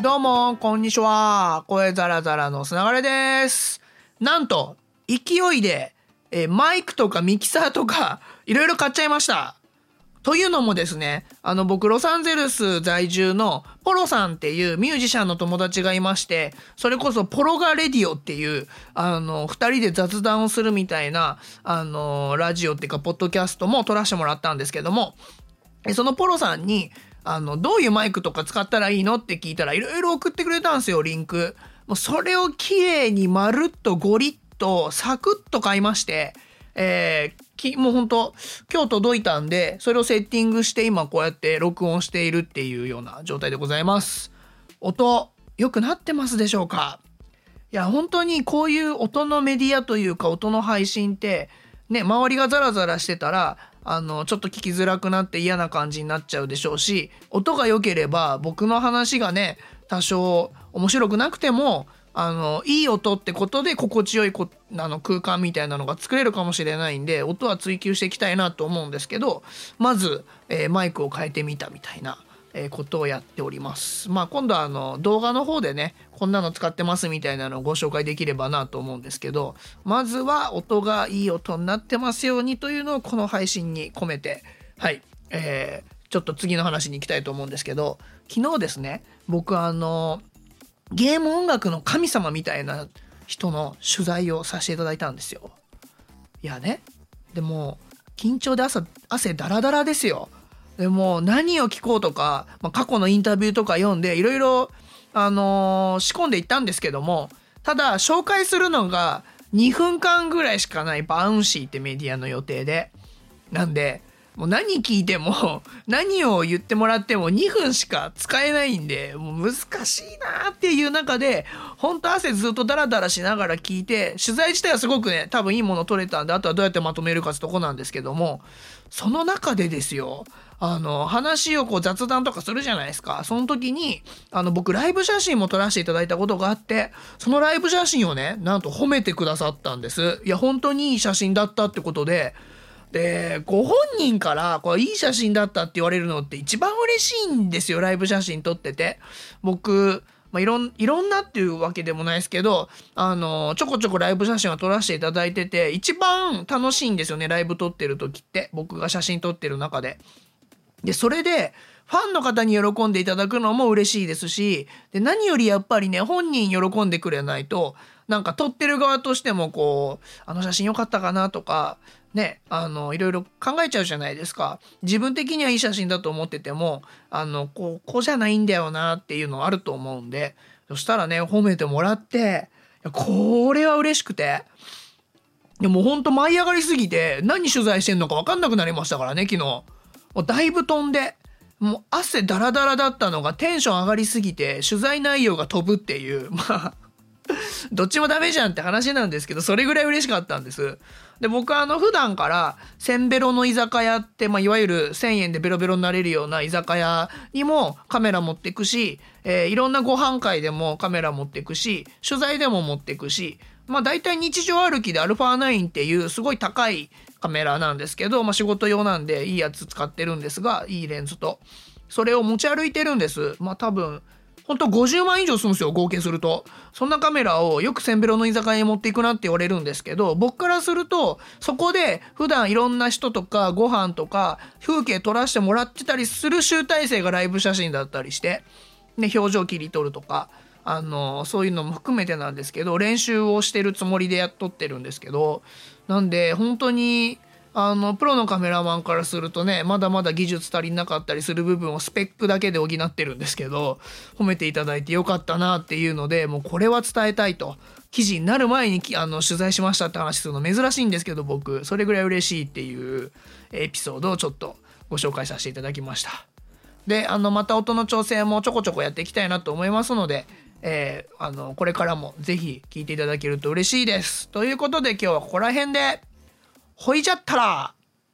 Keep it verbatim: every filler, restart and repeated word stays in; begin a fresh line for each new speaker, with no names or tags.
どうもこんにちは、声ザラザラのすながれです。なんと勢いでえマイクとかミキサーとかいろいろ買っちゃいました。というのもですね、あの僕ロサンゼルス在住のポロさんっていうミュージシャンの友達がいまして、それこそポロガレディオっていうあのふたりで雑談をするみたいなあのラジオっていうかポッドキャストも撮らせてもらったんですけども、そのポロさんにあのどういうマイクとか使ったらいいのって聞いたらいろいろ送ってくれたんですよ、リンク。もうそれをきれいにまるっとゴリッとサクッと買いまして、えー、きもうほんと今日届いたんで、それをセッティングして今こうやって録音しているっていうような状態でございます。音良くなってますでしょうか？いや本当にこういう音のメディアというか音の配信ってね、周りがザラザラしてたらあのちょっと聞きづらくなって嫌な感じになっちゃうでしょうし、音が良ければ僕の話がね多少面白くなくてもあのいい音ってことで心地よいこあの空間みたいなのが作れるかもしれないんで、音は追求していきたいなと思うんですけど、まず、えー、マイクを変えてみたみたいな、えー、ことをやっております。まあ今度はあの動画の方でねこんなの使ってますみたいなのをご紹介できればなと思うんですけど、まずは音がいい音になってますようにというのをこの配信に込めて、はい、えー、ちょっと次の話に行きたいと思うんですけど、昨日ですね僕あのゲーム音楽の神様みたいな人の取材をさせていただいたんですよ。いやね、でも緊張で朝汗ダラダラですよ。でも何を聞こうとか、まあ、過去のインタビューとか読んでいろいろあのー、仕込んでいったんですけども、ただ紹介するのがにふんかんぐらいしかないバウンシーってメディアの予定で、なんでもう何聞いても何を言ってもらってもにふんしか使えないんで、もう難しいなっていう中で本当汗ずっとダラダラしながら聞いて、取材自体はすごくね多分いいもの取れたんで、あとはどうやってまとめるかってとこなんですけども、その中でですよ、あの話をこう雑談とかするじゃないですか。その時にあの僕ライブ写真も撮らせていただいたことがあって、そのライブ写真をねなんと褒めてくださったんです。いや本当にいい写真だったってことで、でご本人からこういい写真だったって言われるのって一番嬉しいんですよ、ライブ写真撮ってて。僕まあ、いろんいろんなっていうわけでもないですけど、あのちょこちょこライブ写真は撮らせていただいてて、一番楽しいんですよね、ライブ撮ってる時って。僕が写真撮ってる中ででそれでファンの方に喜んでいただくのも嬉しいですし、で何よりやっぱりね本人喜んでくれないとなんか撮ってる側としてもこうあの写真良かったかなとかね、あのいろいろ考えちゃうじゃないですか。自分的にはいい写真だと思っててもあのこうこうじゃないんだよなっていうのあると思うんで、そしたらね褒めてもらって、これは嬉しくて、でもほんと舞い上がりすぎて何取材してんのか分かんなくなりましたからね昨日。もうだいぶ飛んで、もう汗ダラダラだったのがテンション上がりすぎて取材内容が飛ぶっていう、まあどっちもダメじゃんって話なんですけど、それぐらい嬉しかったんです。で僕はあの普段からせんベロの居酒屋って、まあ、いわゆるせんえんでベロベロになれるような居酒屋にもカメラ持ってくし、えー、いろんなご飯会でもカメラ持ってくし、取材でも持ってくし、まあ大体日常歩きで アルファナイン っていうすごい高いカメラなんですけど、まあ、仕事用なんでいいやつ使ってるんですが、いいレンズとそれを持ち歩いてるんです。まあ多分ほんとごじゅうまん以上するんですよ、合計すると。そんなカメラをよくせんベロの居酒屋に持っていくなって言われるんですけど、僕からするとそこで普段いろんな人とかご飯とか風景撮らせてもらってたりする集大成がライブ写真だったりして、ね、表情切り取るとかあのそういうのも含めてなんですけど、練習をしてるつもりでやっとってるんですけど、なんで本当にあのプロのカメラマンからするとねまだまだ技術足りなかったりする部分をスペックだけで補ってるんですけど、褒めていただいてよかったなっていうので、もうこれは伝えたいと。記事になる前にあの取材しましたって話するの珍しいんですけど、僕それぐらい嬉しいっていうエピソードをちょっとご紹介させていただきました。であのまた音の調整もちょこちょこやっていきたいなと思いますので、えー、あのこれからもぜひ聞いていただけると嬉しいです。ということで今日はここら辺でほいじゃったら。